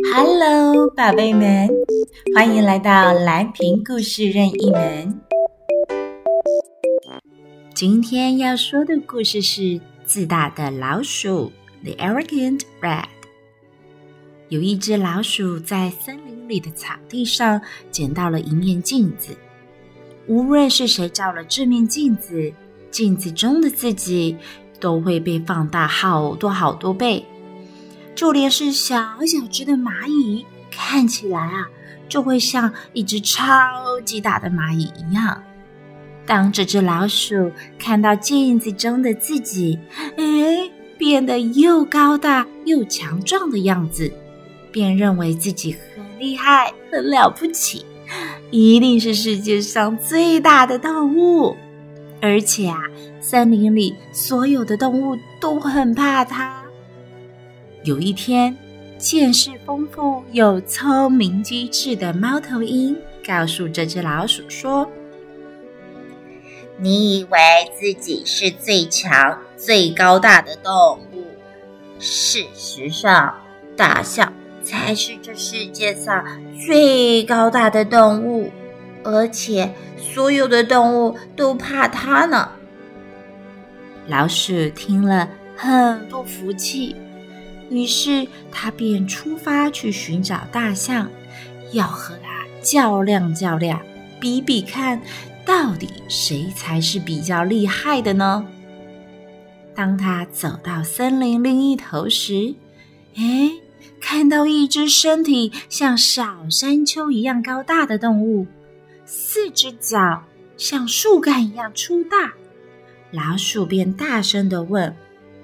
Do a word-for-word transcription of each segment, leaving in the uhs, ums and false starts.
Hello， 宝贝们，欢迎来到蓝屏故事任意门。今天要说的故事是自大的老鼠 The Arrogant Rat。 有一只老鼠在森林里的草地上捡到了一面镜子，无论是谁照了这面镜子，镜子中的自己都会被放大好多好多倍，就连是小小只的蚂蚁，看起来啊，就会像一只超级大的蚂蚁一样。当这只老鼠看到镜子中的自己，哎，变得又高大又强壮的样子，便认为自己很厉害，很了不起，一定是世界上最大的动物。而且啊，森林里所有的动物都很怕它。有一天，见识丰富又聪明机智的猫头鹰告诉这只老鼠说： 你以为自己是最强最高大的动物，事实上大象才是这世界上最高大的动物，而且所有的动物都怕它呢。 老鼠听了很不服气，于是他便出发去寻找大象，要和它较量较量，比比看到底谁才是比较厉害的呢？当他走到森林另一头时，诶，看到一只身体像小山丘一样高大的动物，四只脚像树干一样粗大。老鼠便大声地问：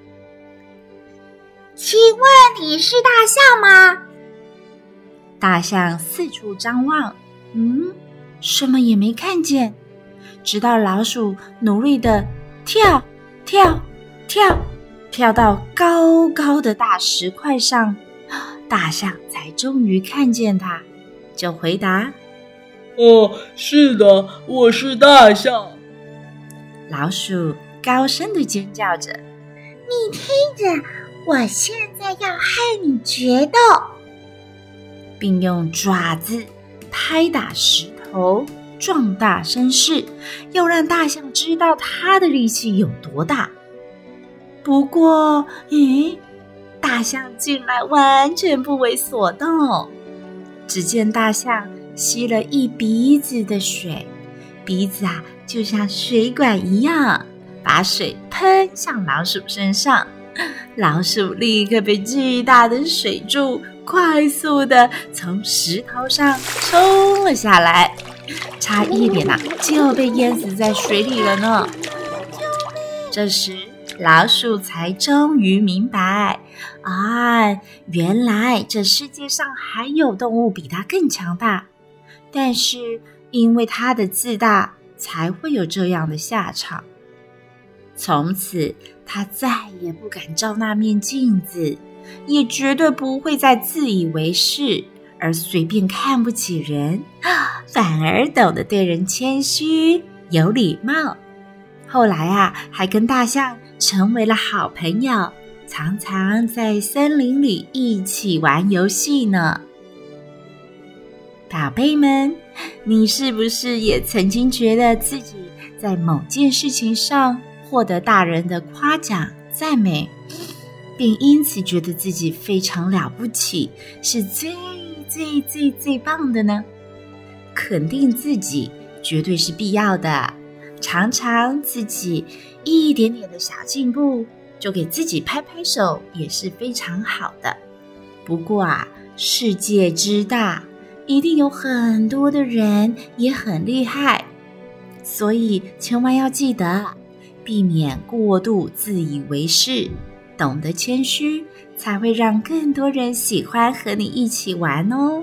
请问你是大象吗？ 大象四处张望，嗯，什么也没看见。直到老鼠努力地跳跳跳跳到高高的大石块上，大象才终于看见它，就回答： 哦，是的，我是大象。 老鼠高声地尖叫着： 你听着，我现在要和你决斗！ 并用爪子拍打石头，壮大声势，要让大象知道它的力气有多大。不过，咦，大象竟然完全不为所动。只见大象吸了一鼻子的水，鼻子啊就像水管一样，把水喷向老鼠身上。老鼠立刻被巨大的水柱快速地从石头上冲了下来，差一点啊就被淹死在水里了呢。这时老鼠才终于明白，啊，原来这世界上还有动物比它更强大，但是因为它的自大，才会有这样的下场。从此他再也不敢照那面镜子，也绝对不会再自以为是而随便看不起人，反而懂得对人谦虚有礼貌。后来啊，还跟大象成为了好朋友，常常在森林里一起玩游戏呢。宝贝们，你是不是也曾经觉得自己在某件事情上获得大人的夸奖赞美，并因此觉得自己非常了不起，是最最最最棒的呢？肯定自己绝对是必要的，常常自己一点点的小进步，就给自己拍拍手，也是非常好的。不过啊，世界之大，一定有很多的人也很厉害，所以千万要记得避免过度自以为是，懂得谦虚，才会让更多人喜欢和你一起玩哦。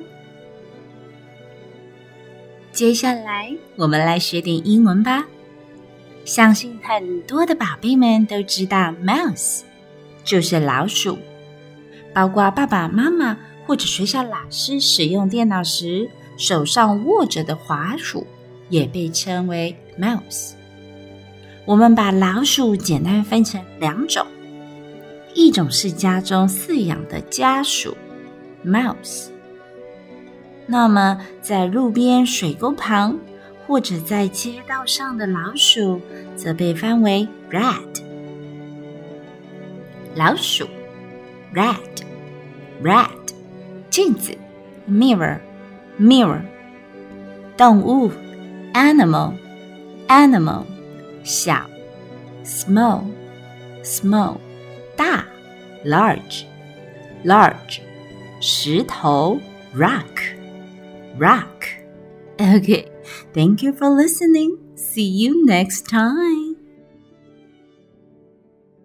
接下来我们来学点英文吧。相信很多的宝贝们都知道 mouse 就是老鼠，包括爸爸妈妈或者学校老师使用电脑时手上握着的滑鼠也被称为 mouse。我们把老鼠简单分成两种，一种是家中饲养的家鼠 mouse。那么在路边水沟旁或者在街道上的老鼠则被翻为 rat。 老鼠 rat rat， 镜子 mirror mirror， 动物 animal animal， 小 small small， 大 large large， 石头 rock rock。 Okay, thank you for listening. See you next time.